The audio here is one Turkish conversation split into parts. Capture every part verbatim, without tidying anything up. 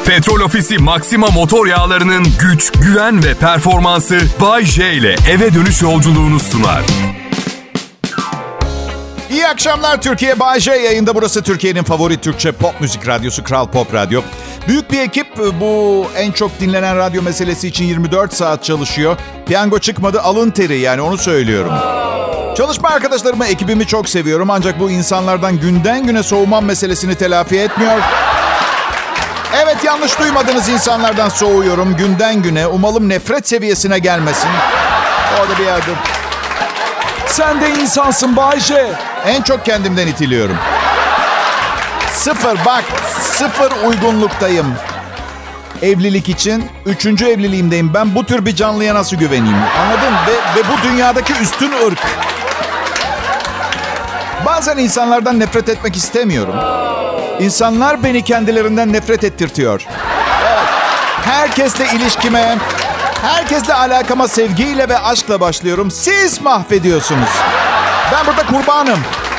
Petrol Ofisi Maxima motor yağlarının güç, güven ve performansı Bay J ile eve dönüş yolculuğunu sunar. İyi akşamlar Türkiye. Bay J yayında. Burası Türkiye'nin favori Türkçe pop müzik radyosu Kral Pop Radyo. Büyük bir ekip bu en çok dinlenen radyo meselesi için yirmi dört saat çalışıyor. Piyango çıkmadı, alın teri, yani onu söylüyorum. Çalışma arkadaşlarımı, ekibimi çok seviyorum. Ancak bu insanlardan günden güne soğumam meselesini telafi etmiyor. Evet, yanlış duymadınız, insanlardan soğuyorum günden güne. Umalım nefret seviyesine gelmesin. Orada bir yerde. Sen de insansın Bay J. En çok kendimden itiliyorum. Sıfır, bak sıfır uygunluktayım. Evlilik için üçüncü evliliğimdeyim. Ben bu tür bir canlıya nasıl güveneyim? Anladın? Ve, ve bu dünyadaki üstün ırk. Bazen insanlardan nefret etmek istemiyorum. İnsanlar beni kendilerinden nefret ettirtiyor. Evet. Herkesle ilişkime, herkesle alakama sevgiyle ve aşkla başlıyorum. Siz mahvediyorsunuz. Ben burada kurbanım.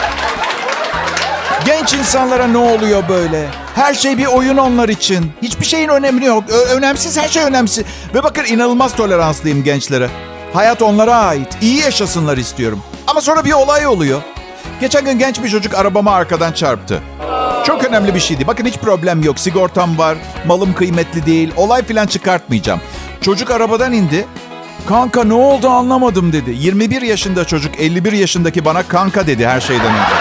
Genç insanlara ne oluyor böyle? Her şey bir oyun onlar için. Hiçbir şeyin önemi yok. Ö- önemsiz, her şey önemsiz. Ve bakın, inanılmaz toleranslıyım gençlere. Hayat onlara ait. İyi yaşasınlar istiyorum. Ama sonra bir olay oluyor. Geçen gün genç bir çocuk arabama arkadan çarptı. Çok önemli bir şeydi. Bakın, hiç problem yok. Sigortam var. Malım kıymetli değil. Olay falan çıkartmayacağım. Çocuk arabadan indi. Kanka ne oldu anlamadım dedi. yirmi bir yaşında çocuk elli bir yaşındaki bana kanka dedi her şeyden önce.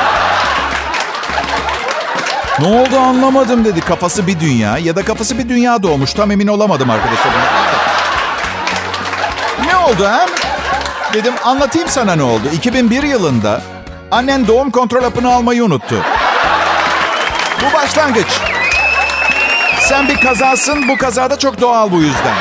Ne oldu anlamadım dedi. Kafası bir dünya ya da kafası bir dünya doğmuş. Tam emin olamadım arkadaşlar. Ne oldu ha? Dedim anlatayım sana ne oldu. iki bin bir yılında annen doğum kontrol hapını almayı unuttu. Bu başlangıç. Sen bir kazasın, bu kazada çok doğal bu yüzden.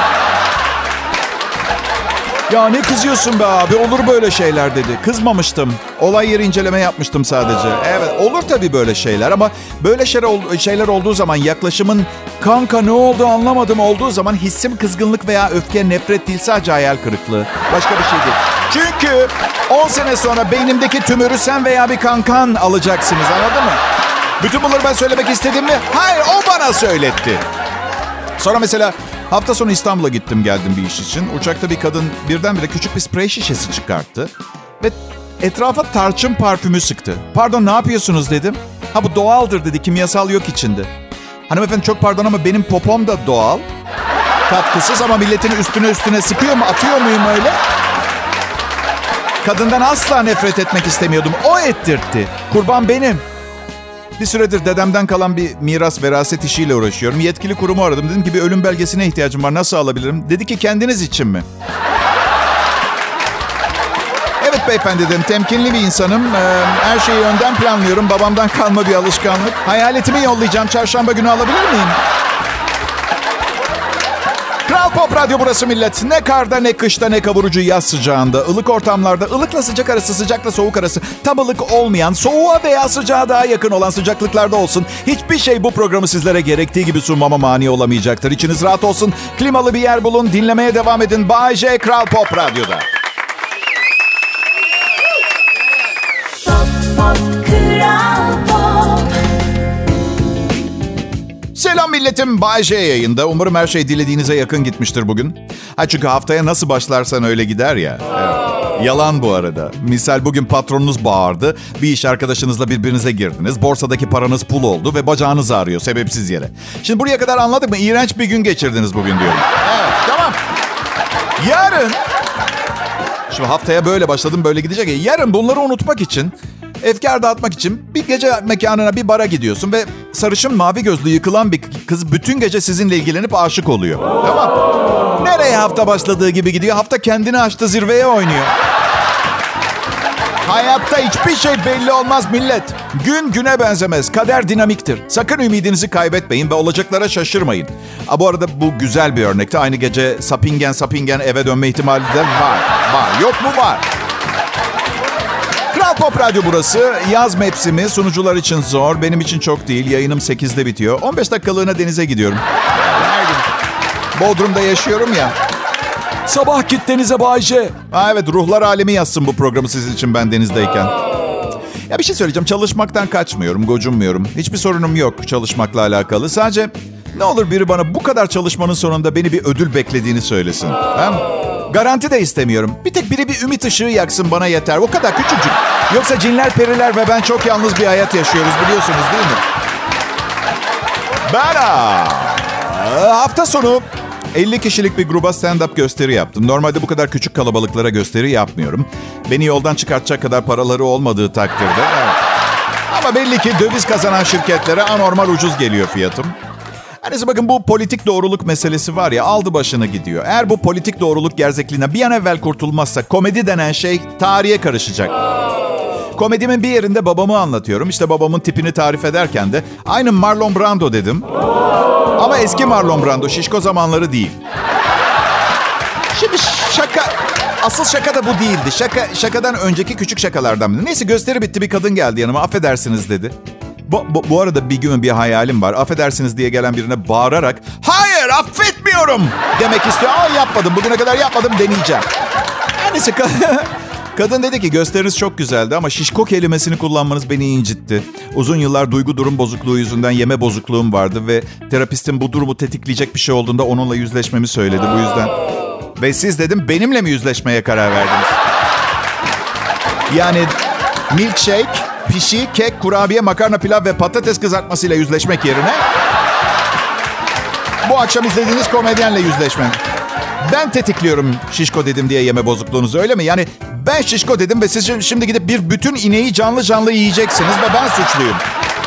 Ya ne kızıyorsun be abi, olur böyle şeyler dedi. Kızmamıştım. Olay yeri inceleme yapmıştım sadece. Evet, olur tabii böyle şeyler ama böyle şeyler olduğu zaman yaklaşımın kanka ne oldu anlamadım olduğu zaman hissim kızgınlık veya öfke, nefret değil, sadece hayal kırıklığı. Başka bir şey değil. Çünkü on sene sonra beynimdeki tümörü sen veya bir kankan alacaksınız, anladın mı? Bütün bunları ben söylemek istedim mi? Hayır, o bana söyletti. Sonra mesela hafta sonu İstanbul'a gittim geldim bir iş için. Uçakta bir kadın birdenbire küçük bir sprey şişesi çıkarttı. Ve etrafa tarçın parfümü sıktı. Pardon, ne yapıyorsunuz dedim. Ha, bu doğaldır dedi, kimyasal yok içinde. Hanımefendi çok pardon ama benim popom da doğal. Katkısız ama milletin üstüne üstüne sıkıyor mu, atıyor muyum öyle? Kadından asla nefret etmek istemiyordum. O ettirtti. Kurban benim. Bir süredir dedemden kalan bir miras veraset işiyle uğraşıyorum. Yetkili kurumu aradım. Dedim ki bir ölüm belgesine ihtiyacım var. Nasıl alabilirim? Dedi ki kendiniz için mi? Evet beyefendi dedim. Temkinli bir insanım. Ee, her şeyi önden planlıyorum. Babamdan kalma bir alışkanlık. Hayaletimi yollayacağım. Çarşamba günü alabilir miyim? Kral Pop Radyo burası millet. Ne karda, ne kışta, ne kavurucu yaz sıcağında, ılık ortamlarda, ılıkla sıcak arası, sıcakla soğuk arası, tam ılık olmayan, soğuğa veya sıcağa daha yakın olan sıcaklıklarda olsun. Hiçbir şey bu programı sizlere gerektiği gibi sunmama mani olamayacaktır. İçiniz rahat olsun. Klimalı bir yer bulun. Dinlemeye devam edin. Bay J Kral Pop Radyo'da. Pop, pop, Kral Pop. Selam milletim, Bay J yayında. Umarım her şey dilediğinize yakın gitmiştir bugün. Ha, çünkü haftaya nasıl başlarsan öyle gider ya. Evet. Yalan bu arada. Misal bugün patronunuz bağırdı. Bir iş arkadaşınızla birbirinize girdiniz. Borsadaki paranız pul oldu ve bacağınız ağrıyor sebepsiz yere. Şimdi buraya kadar anladık mı? İğrenç bir gün geçirdiniz bugün diyorum. Evet, tamam. Yarın... Şimdi haftaya böyle başladım, böyle gidecek ya. Yarın bunları unutmak için... Efkar dağıtmak için bir gece mekanına, bir bara gidiyorsun ve sarışın mavi gözlü yıkılan bir kız bütün gece sizinle ilgilenip aşık oluyor. Tamam. Nereye hafta başladığı gibi gidiyor? Hafta kendini aştı, zirveye oynuyor. Hayatta hiçbir şey belli olmaz millet. Gün güne benzemez. Kader dinamiktir. Sakın ümidinizi kaybetmeyin ve olacaklara şaşırmayın. Ha, bu arada bu güzel bir örnekte. Aynı gece sapingen sapingen eve dönme ihtimali de var. Var. Yok mu? Var. Kral Pop Radyo burası. Yaz mevsimi sunucular için zor. Benim için çok değil. Yayınım sekizde bitiyor. on beş dakikalığına denize gidiyorum. Her gün. Bodrum'da yaşıyorum ya. Sabah git denize Bay J. Ha, evet, ruhlar alemi yazsın bu programı sizin için ben denizdeyken. Ya bir şey söyleyeceğim. Çalışmaktan kaçmıyorum, gocunmuyorum. Hiçbir sorunum yok çalışmakla alakalı. Sadece Ne olur biri bana bu kadar çalışmanın sonunda beni bir ödül beklediğini söylesin. Ha? Garanti de istemiyorum. Bir tek biri bir ümit ışığı yaksın bana yeter. O kadar küçücük. Yoksa cinler, periler ve ben çok yalnız bir hayat yaşıyoruz biliyorsunuz değil mi? Ben aa, hafta sonu elli kişilik bir gruba stand-up gösteri yaptım. Normalde bu kadar küçük kalabalıklara gösteri yapmıyorum. Beni yoldan çıkartacak kadar paraları olmadığı takdirde. Evet. Ama belli ki döviz kazanan şirketlere anormal ucuz geliyor fiyatım. Hani bakın bu politik doğruluk meselesi var ya, aldı başını gidiyor. Eğer bu politik doğruluk gerzekliğine bir an evvel kurtulmazsa komedi denen şey tarihe karışacak. Komedimin bir yerinde babamı anlatıyorum. İşte babamın tipini tarif ederken de aynı Marlon Brando dedim. Ama eski Marlon Brando, şişko zamanları değil. Şimdi şaka, asıl şaka da bu değildi. Şaka, şakadan önceki küçük şakalardan biri. Neyse gösteri bitti, bir kadın geldi yanıma. Affedersiniz dedi. Bu, bu, bu arada bir gün bir hayalim var. Affedersiniz diye gelen birine bağırarak hayır affetmiyorum demek istiyor. Aa yapmadım, bugüne kadar yapmadım, deneyeceğim. Neyse kadın dedi ki gösteriniz çok güzeldi ama şişko kelimesini kullanmanız beni incitti. Uzun yıllar duygu durum bozukluğu yüzünden yeme bozukluğum vardı ve terapistin bu durumu tetikleyecek bir şey olduğunda onunla yüzleşmemi söyledi bu yüzden. Ve siz dedim benimle mi yüzleşmeye karar verdiniz? Yani milkshake, pişi, kek, kurabiye, makarna, pilav ve patates kızartmasıyla yüzleşmek yerine bu akşam izlediğiniz komedyenle yüzleşmek. Ben tetikliyorum şişko dedim diye yeme bozukluğunuzu, öyle mi? Yani ben şişko dedim ve siz şimdi gidip bir bütün ineği canlı canlı yiyeceksiniz ve ben suçluyum.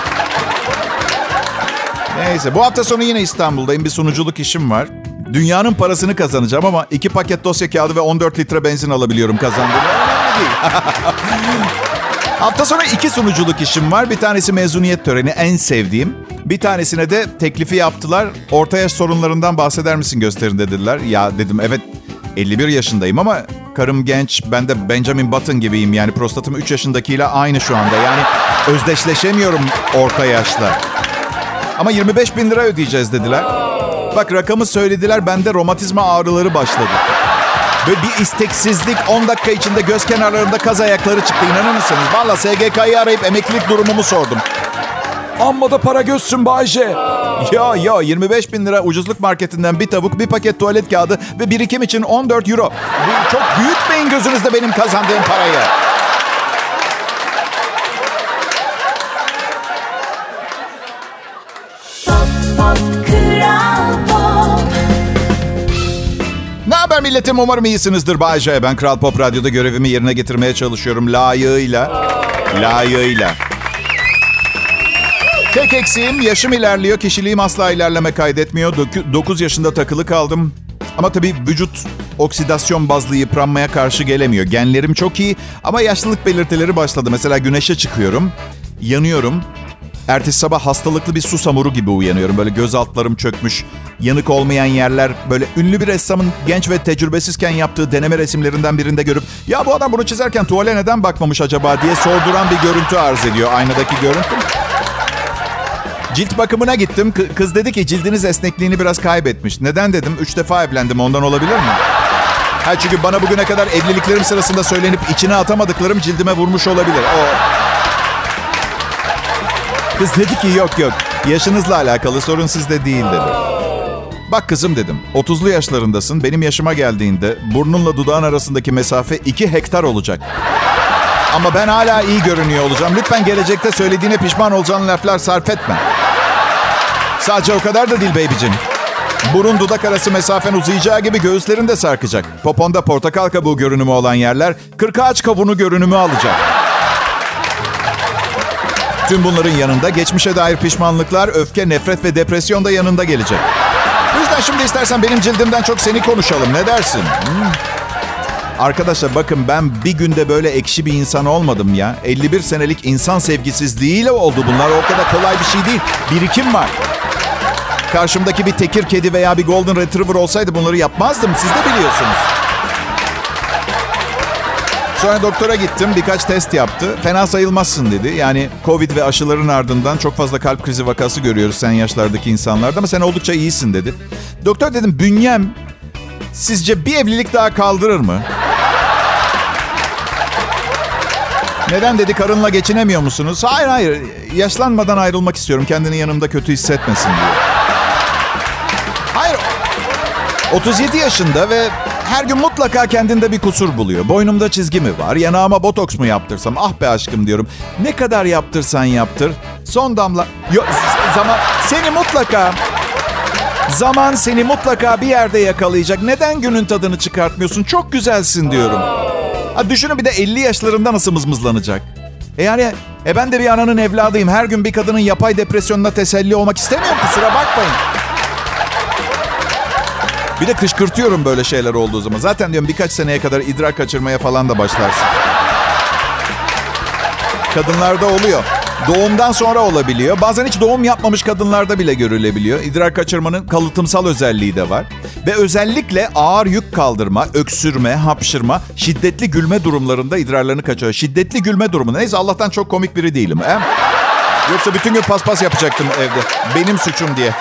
Neyse, bu hafta sonu yine İstanbul'dayım. Bir sunuculuk işim var. Dünyanın parasını kazanacağım ama iki paket dosya kağıdı ve on dört litre benzin alabiliyorum kazandığımda. Önemli değil. Hafta sonu iki sunuculuk işim var. Bir tanesi mezuniyet töreni, en sevdiğim. Bir tanesine de teklifi yaptılar. Orta yaş sorunlarından bahseder misin gösterinde dediler. Ya dedim evet, elli bir yaşındayım ama karım genç. Ben de Benjamin Button gibiyim. Yani prostatım üç yaşındakiyle aynı şu anda. Yani özdeşleşemiyorum orta yaşla. Ama yirmi beş bin lira ödeyeceğiz dediler. Bak rakamı söylediler, bende romatizma ağrıları başladı. Böyle bir isteksizlik, on dakika içinde göz kenarlarında kaz ayakları çıktı, inanır mısınız? Valla S G K'yı arayıp emeklilik durumumu sordum. Amma da para gözsün Bayce. Ya ya yirmi beş bin lira ucuzluk marketinden bir tavuk, bir paket tuvalet kağıdı ve birikim için on dört euro. Bu çok büyütmeyin gözünüzde benim kazandığım parayı. Ne haber milletim? Umarım iyisinizdir. Bay J. Ben Kral Pop Radyo'da görevimi yerine getirmeye çalışıyorum. Layığıyla. Layığıyla. Tek eksiğim, yaşım ilerliyor. Kişiliğim asla ilerleme kaydetmiyor. dokuz yaşında takılı kaldım. Ama tabii vücut oksidasyon bazlı yıpranmaya karşı gelemiyor. Genlerim çok iyi ama yaşlılık belirtileri başladı. Mesela güneşe çıkıyorum, yanıyorum. Ertesi sabah hastalıklı bir susamuru gibi uyanıyorum. Böyle göz altlarım çökmüş, yanık olmayan yerler. Böyle ünlü bir ressamın genç ve tecrübesizken yaptığı deneme resimlerinden birinde görüp ya bu adam bunu çizerken tuvale neden bakmamış acaba diye sorduran bir görüntü arz ediyor aynadaki görüntü. Cilt bakımına gittim. Kız dedi ki cildiniz esnekliğini biraz kaybetmiş. Neden dedim? Üç defa evlendim, ondan olabilir mi? Ha çünkü bana bugüne kadar evliliklerim sırasında söylenip içine atamadıklarım cildime vurmuş olabilir. O... Kız dedi ki yok yok, yaşınızla alakalı, sorun sizde değil dedi. Bak kızım dedim, otuzlu yaşlarındasın, benim yaşıma geldiğinde burnunla dudağın arasındaki mesafe iki hektar olacak. Ama ben hala iyi görünüyor olacağım. Lütfen gelecekte söylediğine pişman olacağın laflar sarf etme. Sadece o kadar da değil baby'cim. Burun dudak arası mesafen uzayacağı gibi göğüslerin de sarkacak. Poponda portakal kabuğu görünümü olan yerler kırk ağaç kabuğunu görünümü alacak. Tüm bunların yanında geçmişe dair pişmanlıklar, öfke, nefret ve depresyon da yanında gelecek. Bu yüzden şimdi istersen benim cildimden çok seni konuşalım. Ne dersin? Hmm. Arkadaşlar bakın, ben bir günde böyle ekşi bir insan olmadım ya. elli bir senelik insan sevgisizliğiyle oldu bunlar. O kadar kolay bir şey değil. Birikim var. Karşımdaki bir tekir kedi veya bir golden retriever olsaydı bunları yapmazdım. Siz de biliyorsunuz. Sonra doktora gittim. Birkaç test yaptı. Fena sayılmazsın dedi. Yani Covid ve aşıların ardından çok fazla kalp krizi vakası görüyoruz sen yaşlardaki insanlarda. Ama sen oldukça iyisin dedi. Doktor dedim, bünyem sizce bir evlilik daha kaldırır mı? Neden dedi, karınla geçinemiyor musunuz? Hayır hayır, yaşlanmadan ayrılmak istiyorum. Kendini yanımda kötü hissetmesin diyor. otuz yedi yaşında ve her gün mutlaka kendinde bir kusur buluyor. Boynumda çizgi mi var? Yanağıma botoks mu yaptırsam? Ah be aşkım diyorum. Ne kadar yaptırsan yaptır. Son damla... Yo, zaman seni mutlaka... Zaman seni mutlaka bir yerde yakalayacak. Neden günün tadını çıkartmıyorsun? Çok güzelsin diyorum. Ha, düşünün bir de elli yaşlarında nasıl mızmızlanacak. E yani e ben de bir ananın evladıyım. Her gün bir kadının yapay depresyonuna teselli olmak istemiyorum. Kusura bakmayın. Bir de kışkırtıyorum böyle şeyler olduğu zaman. Zaten diyorum birkaç seneye kadar idrar kaçırmaya falan da başlarsın. Kadınlarda oluyor. Doğumdan sonra olabiliyor. Bazen hiç doğum yapmamış kadınlarda bile görülebiliyor. İdrar kaçırmanın kalıtımsal özelliği de var. Ve özellikle ağır yük kaldırma, öksürme, hapşırma, şiddetli gülme durumlarında idrarlarını kaçırıyor. Şiddetli gülme durumu. Neyse Allah'tan çok komik biri değilim. He? Yoksa bütün gün paspas yapacaktım evde. Benim suçum diye.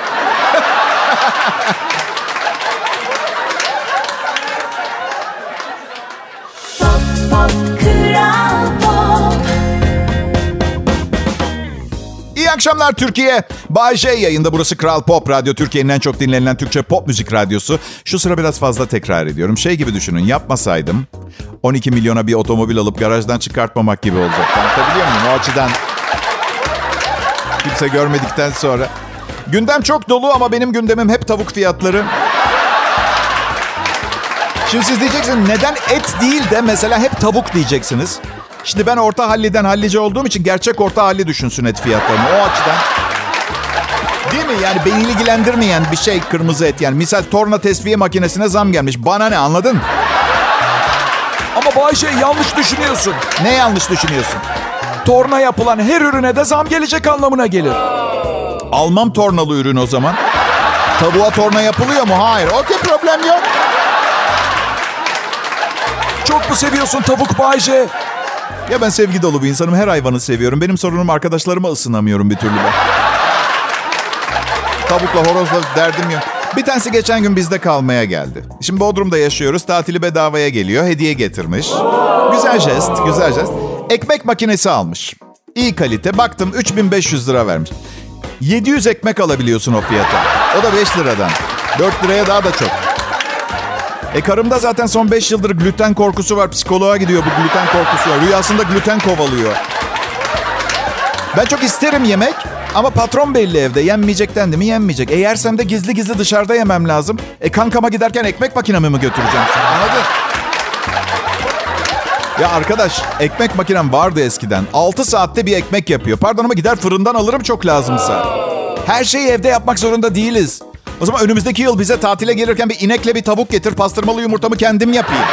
İyi akşamlar Türkiye. Bay J yayında. Burası Kral Pop Radyo. Türkiye'nin en çok dinlenilen Türkçe pop müzik radyosu. Şu sıra biraz fazla tekrar ediyorum. Şey gibi düşünün. Yapmasaydım on iki milyona bir otomobil alıp garajdan çıkartmamak gibi olacak. Anlatabiliyor muyum? O açıdan kimse görmedikten sonra. Gündem çok dolu ama benim gündemim hep tavuk fiyatları. Şimdi siz diyeceksiniz neden et değil de mesela hep tavuk diyeceksiniz. Şimdi ben orta halliden hallice olduğum için gerçek orta halli düşünsün et fiyatlarını. O açıdan. Değil mi? Yani beni ilgilendirmeyen bir şey kırmızı et. Yani misal torna tesviye makinesine zam gelmiş. Bana ne, anladın? Ama Bay J yanlış düşünüyorsun. Ne yanlış düşünüyorsun? Torna yapılan her ürüne de zam gelecek anlamına gelir. Almam tornalı ürün o zaman. Tavuğa torna yapılıyor mu? Hayır. Okey, problem yok. Çok mu seviyorsun tavuk Bay J? Ya ben sevgi dolu bir insanım. Her hayvanı seviyorum. Benim sorunum arkadaşlarıma ısınamıyorum bir türlü ben. Tavukla, horozla derdim yok. Bir tanesi geçen gün bizde kalmaya geldi. Şimdi Bodrum'da yaşıyoruz. Tatili bedavaya geliyor. Hediye getirmiş. Güzel jest, güzel jest. Ekmek makinesi almış. İyi kalite. Baktım üç bin beş yüz lira vermiş. yedi yüz ekmek alabiliyorsun o fiyata. O da beş liradan. dört liraya daha da çok. E karımda zaten son beş yıldır gluten korkusu var. Psikoloğa gidiyor bu gluten korkusu var. Rüyasında gluten kovalıyor. Ben çok isterim yemek ama patron belli evde. Yenmeyecekten de mi yenmeyecek. E yersem de gizli gizli dışarıda yemem lazım. E kankama giderken ekmek makinemi mi götüreceğim? Anladın? Ya arkadaş, ekmek makinem vardı eskiden. altı saatte bir ekmek yapıyor. Pardon ama gider fırından alırım çok lazımsa. Her şeyi evde yapmak zorunda değiliz. O zaman önümüzdeki yıl bize tatile gelirken bir inekle bir tavuk getir. Pastırmalı yumurtamı kendim yapayım.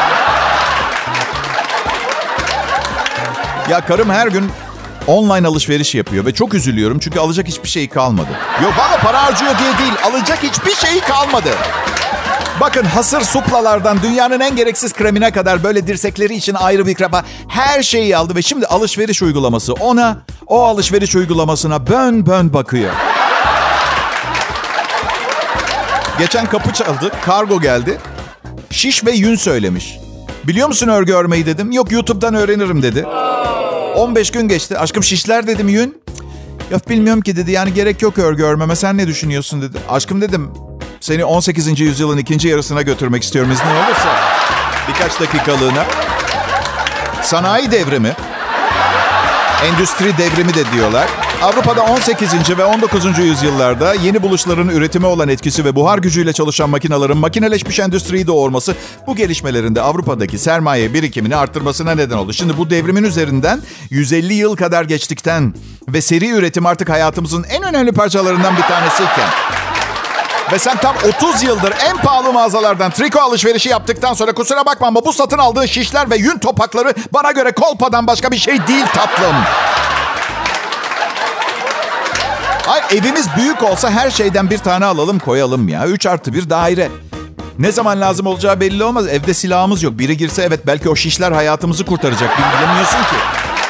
Ya karım her gün online alışveriş yapıyor ve çok üzülüyorum çünkü alacak hiçbir şey kalmadı. Yok valla para harcıyor diye değil, alacak hiçbir şey kalmadı. Bakın hasır suplalardan dünyanın en gereksiz kremine kadar böyle dirsekleri için ayrı bir krema. Her şeyi aldı ve şimdi alışveriş uygulaması ona, o alışveriş uygulamasına bön bön bakıyor. Geçen kapı çaldı, kargo geldi. Şiş ve yün söylemiş. Biliyor musun örgü örmeyi dedim. Yok YouTube'dan öğrenirim dedi. on beş gün geçti. Aşkım şişler dedim, yün. Ya bilmiyorum ki dedi, yani gerek yok örgü örmeme, sen ne düşünüyorsun dedi. Aşkım dedim, seni on sekizinci yüzyılın ikinci yarısına götürmek istiyorum iznin olursa. Birkaç dakikalığına. Sanayi devrimi, endüstri devrimi de diyorlar. Avrupa'da on sekizinci ve on dokuzuncu yüzyıllarda yeni buluşların üretime olan etkisi ve buhar gücüyle çalışan makinelerin makineleşmiş endüstriyi doğurması bu gelişmelerinde Avrupa'daki sermaye birikimini arttırmasına neden oldu. Şimdi bu devrimin üzerinden yüz elli yıl kadar geçtikten ve seri üretim artık hayatımızın en önemli parçalarından bir tanesiyken ve sen tam otuz yıldır en pahalı mağazalardan triko alışverişi yaptıktan sonra kusura bakma ama bu satın aldığın şişler ve yün topakları bana göre kolpadan başka bir şey değil tatlım. Ay evimiz büyük olsa her şeyden bir tane alalım koyalım ya. üç artı bir daire. Ne zaman lazım olacağı belli olmaz. Evde silahımız yok. Biri girse evet belki o şişler hayatımızı kurtaracak. Bilemiyorsun ki.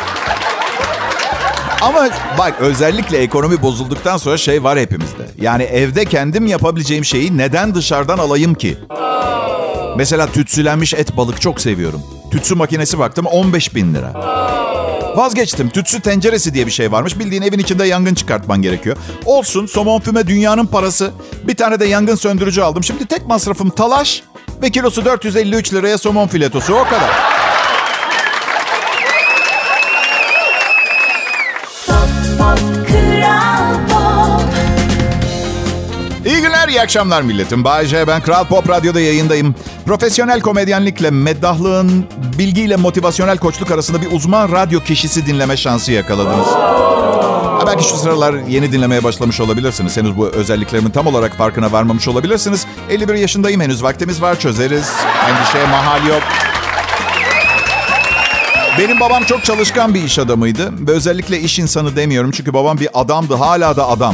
Ama bak özellikle ekonomi bozulduktan sonra şey var hepimizde. Yani evde kendim yapabileceğim şeyi neden dışarıdan alayım ki? Mesela tütsülenmiş et balık çok seviyorum. Tütsü makinesi baktım on beş bin lira. Vazgeçtim. Tütsü tenceresi diye bir şey varmış. Bildiğin evin içinde yangın çıkartman gerekiyor. Olsun, somon füme dünyanın parası. Bir tane de yangın söndürücü aldım. Şimdi tek masrafım talaş ve kilosu dört yüz elli üç liraya somon filetosu. O kadar. İyi günler, iyi akşamlar milletim. Bay J, ben Kral Pop Radyo'da yayındayım. Profesyonel komedyenlikle, meddahlığın, bilgiyle motivasyonel koçluk arasında bir uzman radyo kişisi dinleme şansı yakaladınız. Ha, belki şu sıralar yeni dinlemeye başlamış olabilirsiniz. Henüz bu özelliklerimin tam olarak farkına varmamış olabilirsiniz. elli bir yaşındayım, henüz vaktimiz var, çözeriz. Endişeye mahal yok. Benim babam çok çalışkan bir iş adamıydı. Ve özellikle iş insanı demiyorum çünkü babam bir adamdı, hala da adam.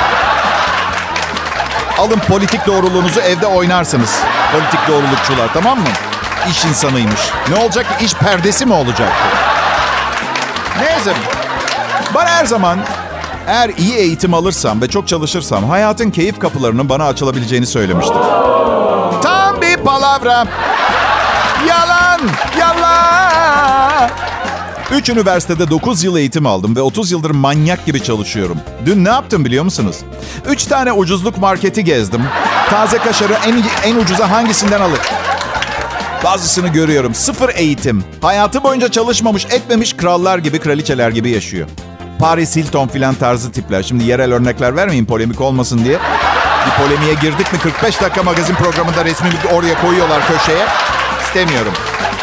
Alın politik doğruluğunuzu, evde oynarsınız. Politik doğrulukçular, tamam mı? İş insanıymış. Ne olacak ki? İş perdesi mi olacak? Neyse. Bana her zaman eğer iyi eğitim alırsam ve çok çalışırsam hayatın keyif kapılarının bana açılabileceğini söylemiştir. Tam bir palavra. Yalan, yalan. Üç üniversitede dokuz yıl eğitim aldım ve otuz yıldır manyak gibi çalışıyorum. Dün ne yaptım biliyor musunuz? Üç tane ucuzluk marketi gezdim. Taze kaşarı en, en ucuza hangisinden alır? Bazısını görüyorum. Sıfır eğitim. Hayatı boyunca çalışmamış, etmemiş, krallar gibi, kraliçeler gibi yaşıyor. Paris Hilton filan tarzı tipler. Şimdi yerel örnekler vermeyin polemik olmasın diye. Bir polemiğe girdik mi kırk beş dakika magazin programında resmimi oraya koyuyorlar köşeye. İstemiyorum.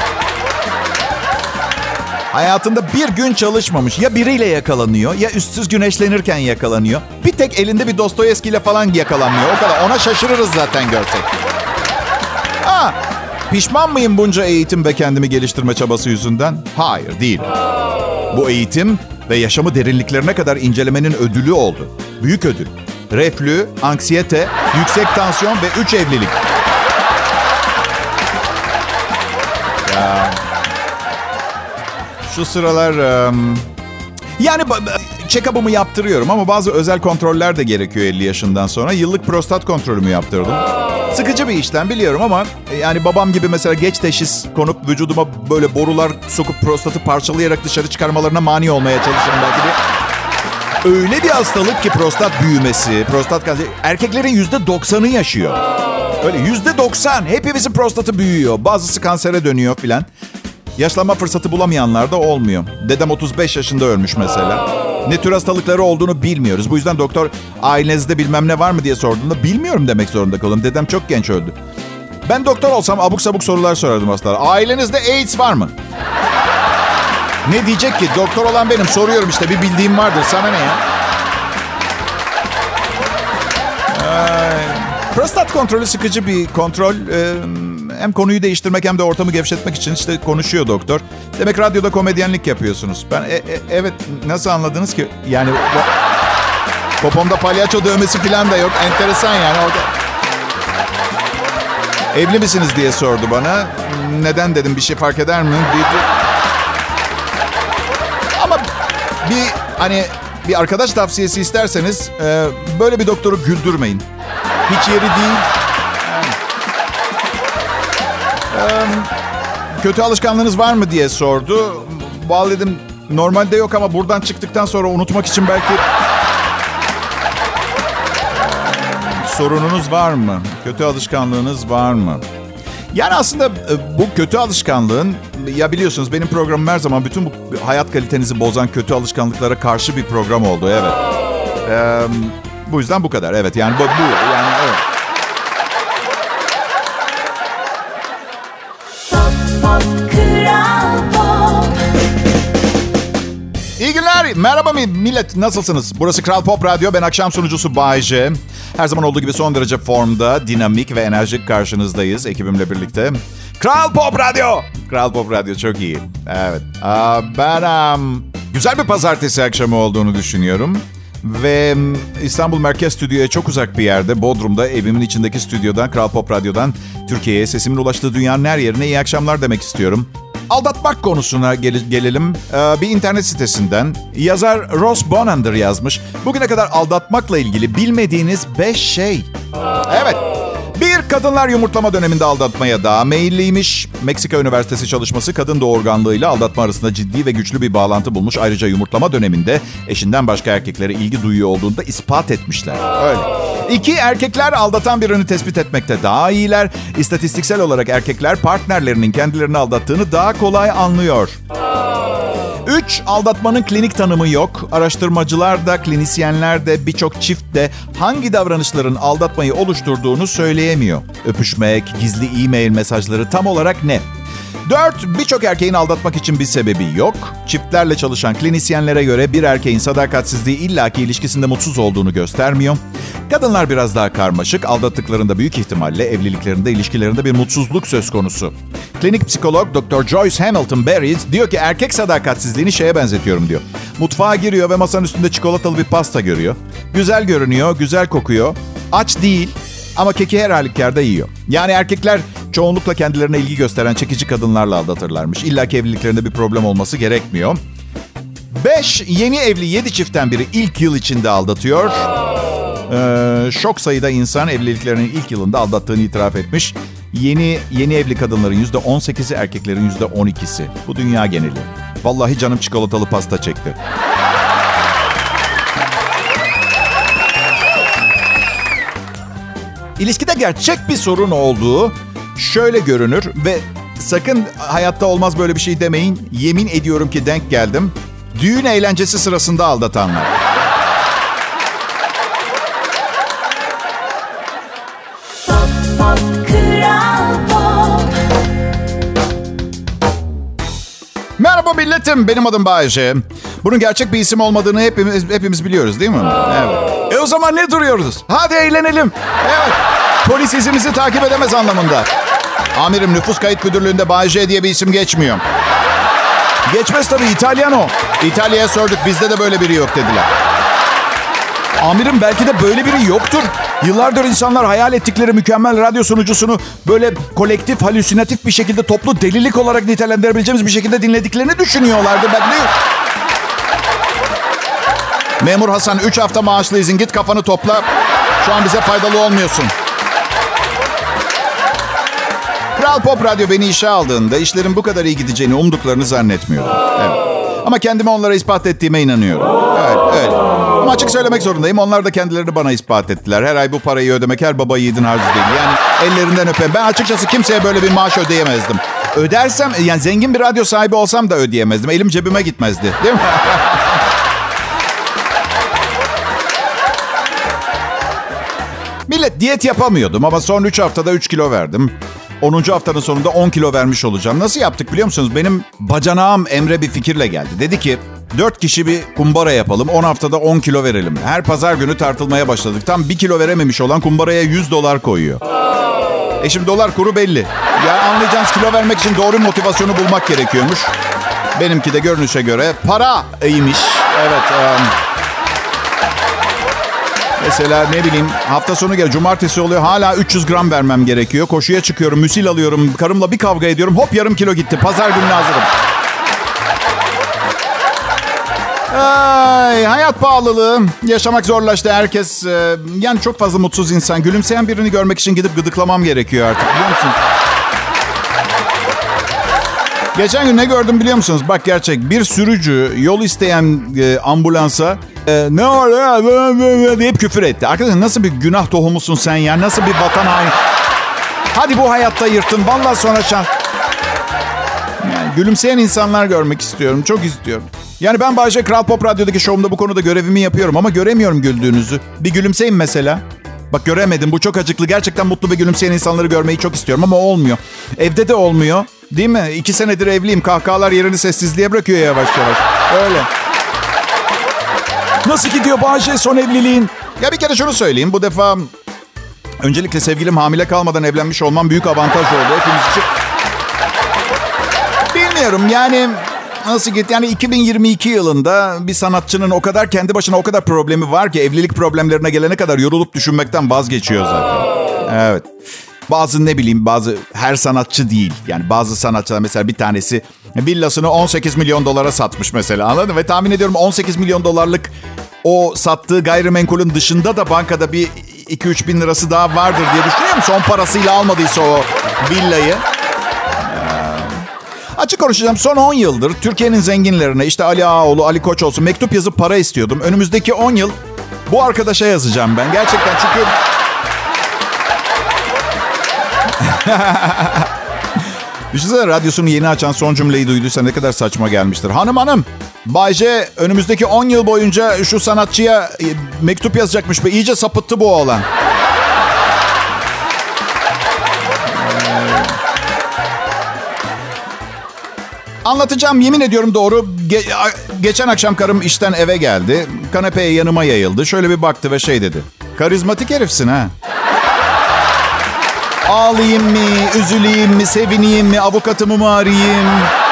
Hayatında bir gün çalışmamış. Ya biriyle yakalanıyor ya üstsüz güneşlenirken yakalanıyor. Bir tek elinde bir Dostoyevski ile falan yakalanmıyor. O kadar. Ona şaşırırız zaten görsek. Ha, pişman mıyım bunca eğitim ve kendimi geliştirme çabası yüzünden? Hayır, değil. Bu eğitim ve yaşamı derinliklerine kadar incelemenin ödülü oldu. Büyük ödül. Reflü, anksiyete, yüksek tansiyon ve üç evlilik. Ya... Şu sıralar... Um, yani check-up'ımı yaptırıyorum ama bazı özel kontroller de gerekiyor elli yaşından sonra. Yıllık prostat kontrolümü yaptırdım. Sıkıcı bir işlem biliyorum ama yani babam gibi mesela geç teşhis konup vücuduma böyle borular sokup prostatı parçalayarak dışarı çıkarmalarına mani olmaya çalışırım belki de. Öyle bir hastalık ki prostat büyümesi, prostat kanseri. Erkeklerin yüzde doksanı yaşıyor. Öyle yüzde doksan. Hepimizin prostatı büyüyor. Bazısı kansere dönüyor filan. Yaşlanma fırsatı bulamayanlar da olmuyor. Dedem otuz beş yaşında ölmüş mesela. Ne tür hastalıkları olduğunu bilmiyoruz. Bu yüzden doktor ailenizde bilmem ne var mı diye sorduğunda bilmiyorum demek zorunda kaldım. Dedem çok genç öldü. Ben doktor olsam abuk sabuk sorular sorardım hastalara. Ailenizde AIDS var mı? Ne diyecek ki? Doktor olan benim. Soruyorum işte, bir bildiğim vardır. Sana ne ya? Ay, prostat kontrolü sıkıcı bir kontrol. Ee, hem konuyu değiştirmek hem de ortamı gevşetmek için işte konuşuyor doktor. Demek radyoda komedyenlik yapıyorsunuz. Ben e, e, evet, nasıl anladınız ki? Yani popomda palyaço dövmesi falan da yok. Enteresan yani. Orada... Evli misiniz diye sordu bana. Neden dedim, bir şey fark eder mi? Bir... Ama bir hani bir arkadaş tavsiyesi isterseniz e, böyle bir doktoru güldürmeyin. Hiç yeri değil. Kötü alışkanlığınız var mı diye sordu. Vallahi dedim normalde yok ama buradan çıktıktan sonra unutmak için belki sorununuz var mı? Kötü alışkanlığınız var mı? Yani aslında bu kötü alışkanlığın, ya biliyorsunuz benim programım her zaman bütün bu hayat kalitenizi bozan kötü alışkanlıklara karşı bir program oldu, evet. Ee, bu yüzden bu kadar, evet. Yani bu, bu yani evet. İyi günler. Merhaba millet. Nasılsınız? Burası Kral Pop Radyo. Ben akşam sunucusu Bay J. Her zaman olduğu gibi son derece formda, dinamik ve enerjik karşınızdayız ekibimle birlikte. Kral Pop Radyo. Kral Pop Radyo çok iyi. Evet. Ben um, güzel bir pazartesi akşamı olduğunu düşünüyorum. Ve İstanbul Merkez Stüdyo'ya çok uzak bir yerde, Bodrum'da, evimin içindeki stüdyodan, Kral Pop Radyo'dan Türkiye'ye sesimin ulaştığı dünyanın her yerine iyi akşamlar demek istiyorum. Aldatmak konusuna gel- gelelim. Ee, bir internet sitesinden yazar Ross Bonander yazmış. Bugüne kadar aldatmakla ilgili bilmediğiniz beş şey. Evet. Bir, kadınlar yumurtlama döneminde aldatmaya daha meyilliymiş. Meksika Üniversitesi çalışması kadın doğurganlığıyla aldatma arasında ciddi ve güçlü bir bağlantı bulmuş. Ayrıca yumurtlama döneminde eşinden başka erkeklere ilgi duyuyor olduğunu da ispat etmişler. Öyle. İki, erkekler aldatan birini tespit etmekte daha iyiler. İstatistiksel olarak erkekler partnerlerinin kendilerini aldattığını daha kolay anlıyor. Üç, aldatmanın klinik tanımı yok. Araştırmacılar da, klinisyenler de, birçok çift de hangi davranışların aldatmayı oluşturduğunu söyleyemiyor. Öpüşmek, gizli e-mail mesajları tam olarak ne? Dört, birçok erkeğin aldatmak için bir sebebi yok. Çiftlerle çalışan klinisyenlere göre bir erkeğin sadakatsizliği illaki ilişkisinde mutsuz olduğunu göstermiyor. Kadınlar biraz daha karmaşık. Aldattıklarında büyük ihtimalle evliliklerinde, ilişkilerinde bir mutsuzluk söz konusu. Klinik psikolog doktor Joyce Hamilton Berry diyor ki erkek sadakatsizliğini şeye benzetiyorum diyor. Mutfağa giriyor ve masanın üstünde çikolatalı bir pasta görüyor. Güzel görünüyor, güzel kokuyor. Aç değil ama keki her halükarda yiyor. Yani erkekler çoğunlukla kendilerine ilgi gösteren çekici kadınlarla aldatırlarmış. İlla ki evliliklerinde bir problem olması gerekmiyor. Beş, yeni evli yedi çiftten biri ilk yıl içinde aldatıyor. Ee, şok sayıda insan evliliklerinin ilk yılında aldattığını itiraf etmiş. Yeni yeni evli kadınların yüzde on sekizi, erkeklerin yüzde on ikisi. Bu dünya geneli. Vallahi canım çikolatalı pasta çekti. İlişkide gerçek bir sorun olduğu şöyle görünür ve sakın hayatta olmaz böyle bir şey demeyin. Yemin ediyorum ki denk geldim. Düğün eğlencesi sırasında aldatanlar. Merhaba milletim, benim adım Bayece. Bunun gerçek bir isim olmadığını hepimiz, hepimiz biliyoruz değil mi? Evet. E o zaman ne duruyoruz? Hadi eğlenelim. Evet. Polis izimizi takip edemez anlamında. Amirim, nüfus kayıt müdürlüğünde Bayece diye bir isim geçmiyor. Geçmez tabii, İtalyan o. İtalya'ya sorduk, bizde de böyle biri yok dediler. Amirim, belki de böyle biri yoktur. Yıllardır insanlar hayal ettikleri mükemmel radyo sunucusunu böyle kolektif, halüsinatif bir şekilde toplu delilik olarak nitelendirebileceğimiz bir şekilde dinlediklerini düşünüyorlardı. Ben de... Memur Hasan, üç hafta maaşlı izin, git kafanı topla. Şu an bize faydalı olmuyorsun. Kral Pop Radyo beni işe aldığında işlerin bu kadar iyi gideceğini umduklarını zannetmiyorum. Evet. Ama kendime onlara ispat ettiğime inanıyorum. Evet, öyle. Ama açık söylemek zorundayım. Onlar da kendilerini bana ispat ettiler. Her ay bu parayı ödemek her baba yiğidin harcı değil. Yani ellerinden öpeyim. Ben açıkçası kimseye böyle bir maaş ödeyemezdim. Ödersem, yani zengin bir radyo sahibi olsam da ödeyemezdim. Elim cebime gitmezdi. Değil mi? Millet, diyet yapamıyordum ama son üç haftada üç kilo verdim. onuncu haftanın sonunda on kilo vermiş olacağım. Nasıl yaptık biliyor musunuz? Benim bacanağım Emre bir fikirle geldi. Dedi ki dört kişi bir kumbara yapalım. on haftada on kilo verelim. Her pazar günü tartılmaya başladık. Tam bir kilo verememiş olan kumbaraya yüz dolar koyuyor. E şimdi dolar kuru belli. Ya anlayacağınız, kilo vermek için doğru motivasyonu bulmak gerekiyormuş. Benimki de görünüşe göre para iyiymiş. Evet. Um... Mesela ne bileyim, hafta sonu gel, cumartesi oluyor, hala üç yüz gram vermem gerekiyor. Koşuya çıkıyorum, müsil alıyorum, karımla bir kavga ediyorum, hop yarım kilo gitti. Pazar gününe hazırım. Ay, hayat pahalılığı, yaşamak zorlaştı. Herkes, e, yani çok fazla mutsuz insan. Gülümseyen birini görmek için gidip gıdıklamam gerekiyor artık, biliyor musunuz? Geçen gün ne gördüm biliyor musunuz? Bak gerçek, bir sürücü yol isteyen e, ambulansa e, ne var ya deyip küfür etti. Arkadaşlar, nasıl bir günah tohumusun sen ya? Nasıl bir vatan haini? Hadi bu hayatta yırtın. Vallahi sonra şans. Yani gülümseyen insanlar görmek istiyorum. Çok istiyorum. Yani ben Bayece Kral Pop Radyo'daki şovumda bu konuda görevimi yapıyorum ama göremiyorum güldüğünüzü. Bir gülümseyin mesela. Bak göremedim. Bu çok acıklı. Gerçekten mutlu ve gülümseyen insanları görmeyi çok istiyorum ama olmuyor. Evde de olmuyor. Değil mi? İki senedir evliyim. Kahkahalar yerini sessizliğe bırakıyor yavaş yavaş. Öyle. Nasıl gidiyor Bayece son evliliğin? Ya bir kere şunu söyleyeyim. Bu defa öncelikle sevgilim hamile kalmadan evlenmiş olmam büyük avantaj oldu hepimiz için. Bilmiyorum yani nasıl gitti? Yani iki bin yirmi iki yılında bir sanatçının o kadar kendi başına o kadar problemi var ki evlilik problemlerine gelene kadar yorulup düşünmekten vazgeçiyor zaten. Evet. Bazı ne bileyim bazı her sanatçı değil. Yani bazı sanatçılar mesela bir tanesi villasını on sekiz milyon dolara satmış mesela, anladın mı? Ve tahmin ediyorum on sekiz milyon dolarlık o sattığı gayrimenkulün dışında da bankada bir iki üç bin lirası daha vardır diye düşünüyorum. Son parasıyla almadıysa o villayı. Açık konuşacağım, son on yıldır Türkiye'nin zenginlerine, işte Ali Ağaoğlu, Ali Koç olsun, mektup yazıp para istiyordum. Önümüzdeki on yıl bu arkadaşa yazacağım ben. Gerçekten çünkü... Düşünsene, radyosunu yeni açan son cümleyi duyduysa ne kadar saçma gelmiştir. Hanım hanım, Bay J önümüzdeki on yıl boyunca şu sanatçıya mektup yazacakmış be. İyice sapıttı bu oğlan. Anlatacağım, yemin ediyorum doğru. Ge- geçen akşam karım işten eve geldi. Kanepeye yanıma yayıldı. Şöyle bir baktı ve şey dedi. Karizmatik herifsin ha. Ağlayayım mı, üzüleyim mi, sevineyim mi, avukatımı mı arayayım?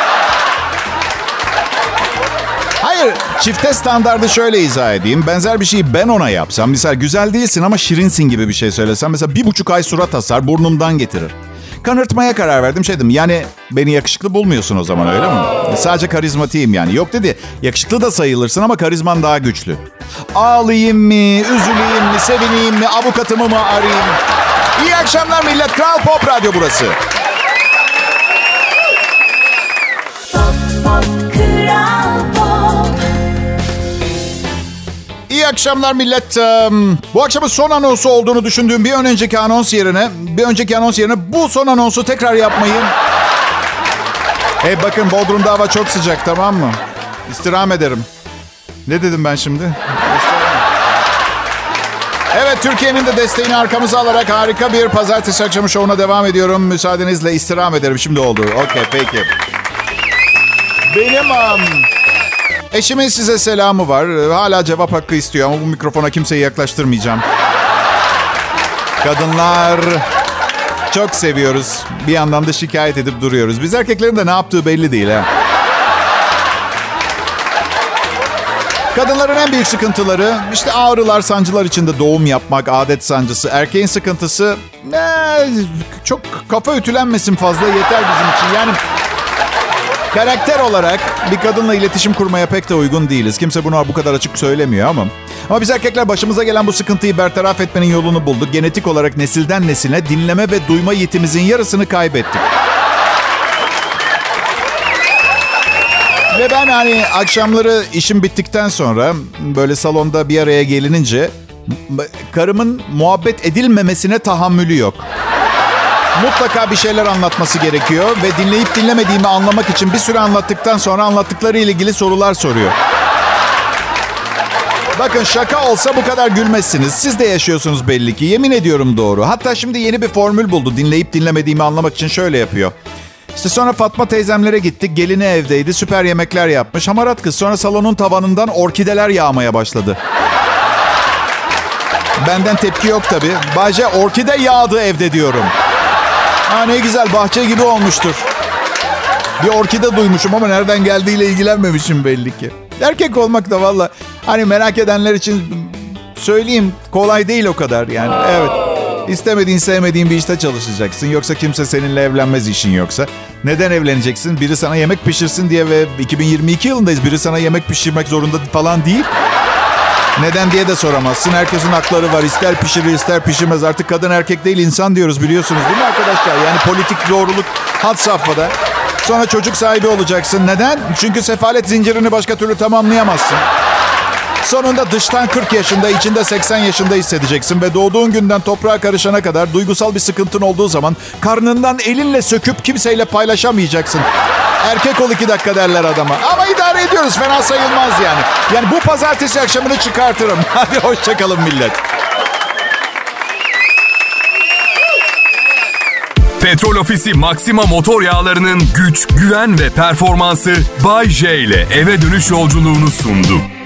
Hayır, çifte standardı şöyle izah edeyim. Benzer bir şeyi ben ona yapsam, mesela güzel değilsin ama şirinsin gibi bir şey söylesem, mesela bir buçuk ay surat asar, burnumdan getirir. Kanırtmaya karar verdim, şey dedim, yani beni yakışıklı bulmuyorsun o zaman, öyle mi? Sadece karizmatiyim yani. Yok dedi, yakışıklı da sayılırsın ama karizman daha güçlü. Ağlayayım mı, üzüleyim mi, sevineyim mi, avukatımı mı arayayım? İyi akşamlar millet, Kral Pop Radyo burası. Pop, pop, Kral Pop. İyi akşamlar millet. Bu akşamın son anonsu olduğunu düşündüğüm bir önceki anons yerine, bir önceki anons yerine bu son anonsu tekrar yapmayı... Hey bakın, Bodrum'da hava çok sıcak, tamam mı? İstirham ederim. Ne dedim ben şimdi? Evet, Türkiye'nin de desteğini arkamıza alarak harika bir pazartesi akşamı şovuna devam ediyorum. Müsaadenizle istirham ederim. Şimdi oldu. Okey, peki. Benim um, eşimin size selamı var. Hala cevap hakkı istiyor ama bu mikrofona kimseyi yaklaştırmayacağım. Kadınlar çok seviyoruz. Bir yandan da şikayet edip duruyoruz. Biz erkeklerin de ne yaptığı belli değil ha. Kadınların en büyük sıkıntıları işte ağrılar, sancılar içinde doğum yapmak, adet sancısı. Erkeğin sıkıntısı ee, çok kafa ütülenmesin fazla, yeter bizim için. Yani karakter olarak bir kadınla iletişim kurmaya pek de uygun değiliz. Kimse bunu bu kadar açık söylemiyor ama. Ama biz erkekler başımıza gelen bu sıkıntıyı bertaraf etmenin yolunu bulduk. Genetik olarak nesilden nesile dinleme ve duyma yetimizin yarısını kaybettik. Ve ben hani akşamları işim bittikten sonra böyle salonda bir araya gelinince karımın muhabbet edilmemesine tahammülü yok. Mutlaka bir şeyler anlatması gerekiyor ve dinleyip dinlemediğimi anlamak için bir süre anlattıktan sonra anlattıkları ile ilgili sorular soruyor. Bakın, şaka olsa bu kadar gülmezsiniz. Siz de yaşıyorsunuz belli ki. Yemin ediyorum doğru. Hatta şimdi yeni bir formül buldu. Dinleyip dinlemediğimi anlamak için şöyle yapıyor. İşte sonra Fatma teyzemlere gittik. Gelini evdeydi. Süper yemekler yapmış. Hamarat kız. Sonra salonun tavanından orkideler yağmaya başladı. Benden tepki yok tabii. Bahçe orkide yağdı evde diyorum. Ha, ne güzel, bahçe gibi olmuştur. Bir orkide duymuşum ama nereden geldiğiyle ilgilenmemişim belli ki. Erkek olmak da valla hani merak edenler için söyleyeyim, kolay değil o kadar yani. Evet. İstemediğin, sevmediğin bir işte çalışacaksın. Yoksa kimse seninle evlenmez işin yoksa. Neden evleneceksin? Biri sana yemek pişirsin diye ve iki bin yirmi iki yılındayız. Biri sana yemek pişirmek zorunda falan değil. Neden diye de soramazsın. Herkesin hakları var. İster pişirir, ister pişirmez. Artık kadın erkek değil, insan diyoruz, biliyorsunuz değil mi arkadaşlar? Yani politik doğruluk had safhada. Sonra çocuk sahibi olacaksın. Neden? Çünkü sefalet zincirini başka türlü tamamlayamazsın. Sonunda dıştan kırk yaşında, içinde seksen yaşında hissedeceksin ve doğduğun günden toprağa karışana kadar duygusal bir sıkıntın olduğu zaman karnından elinle söküp kimseyle paylaşamayacaksın. Erkek ol iki dakika derler adama. Ama idare ediyoruz, fena sayılmaz yani. Yani bu pazartesi akşamını çıkartırım. Hadi hoşçakalın millet. Petrol Ofisi Maxima motor yağlarının güç, güven ve performansı Bay J ile eve dönüş yolculuğunu sundu.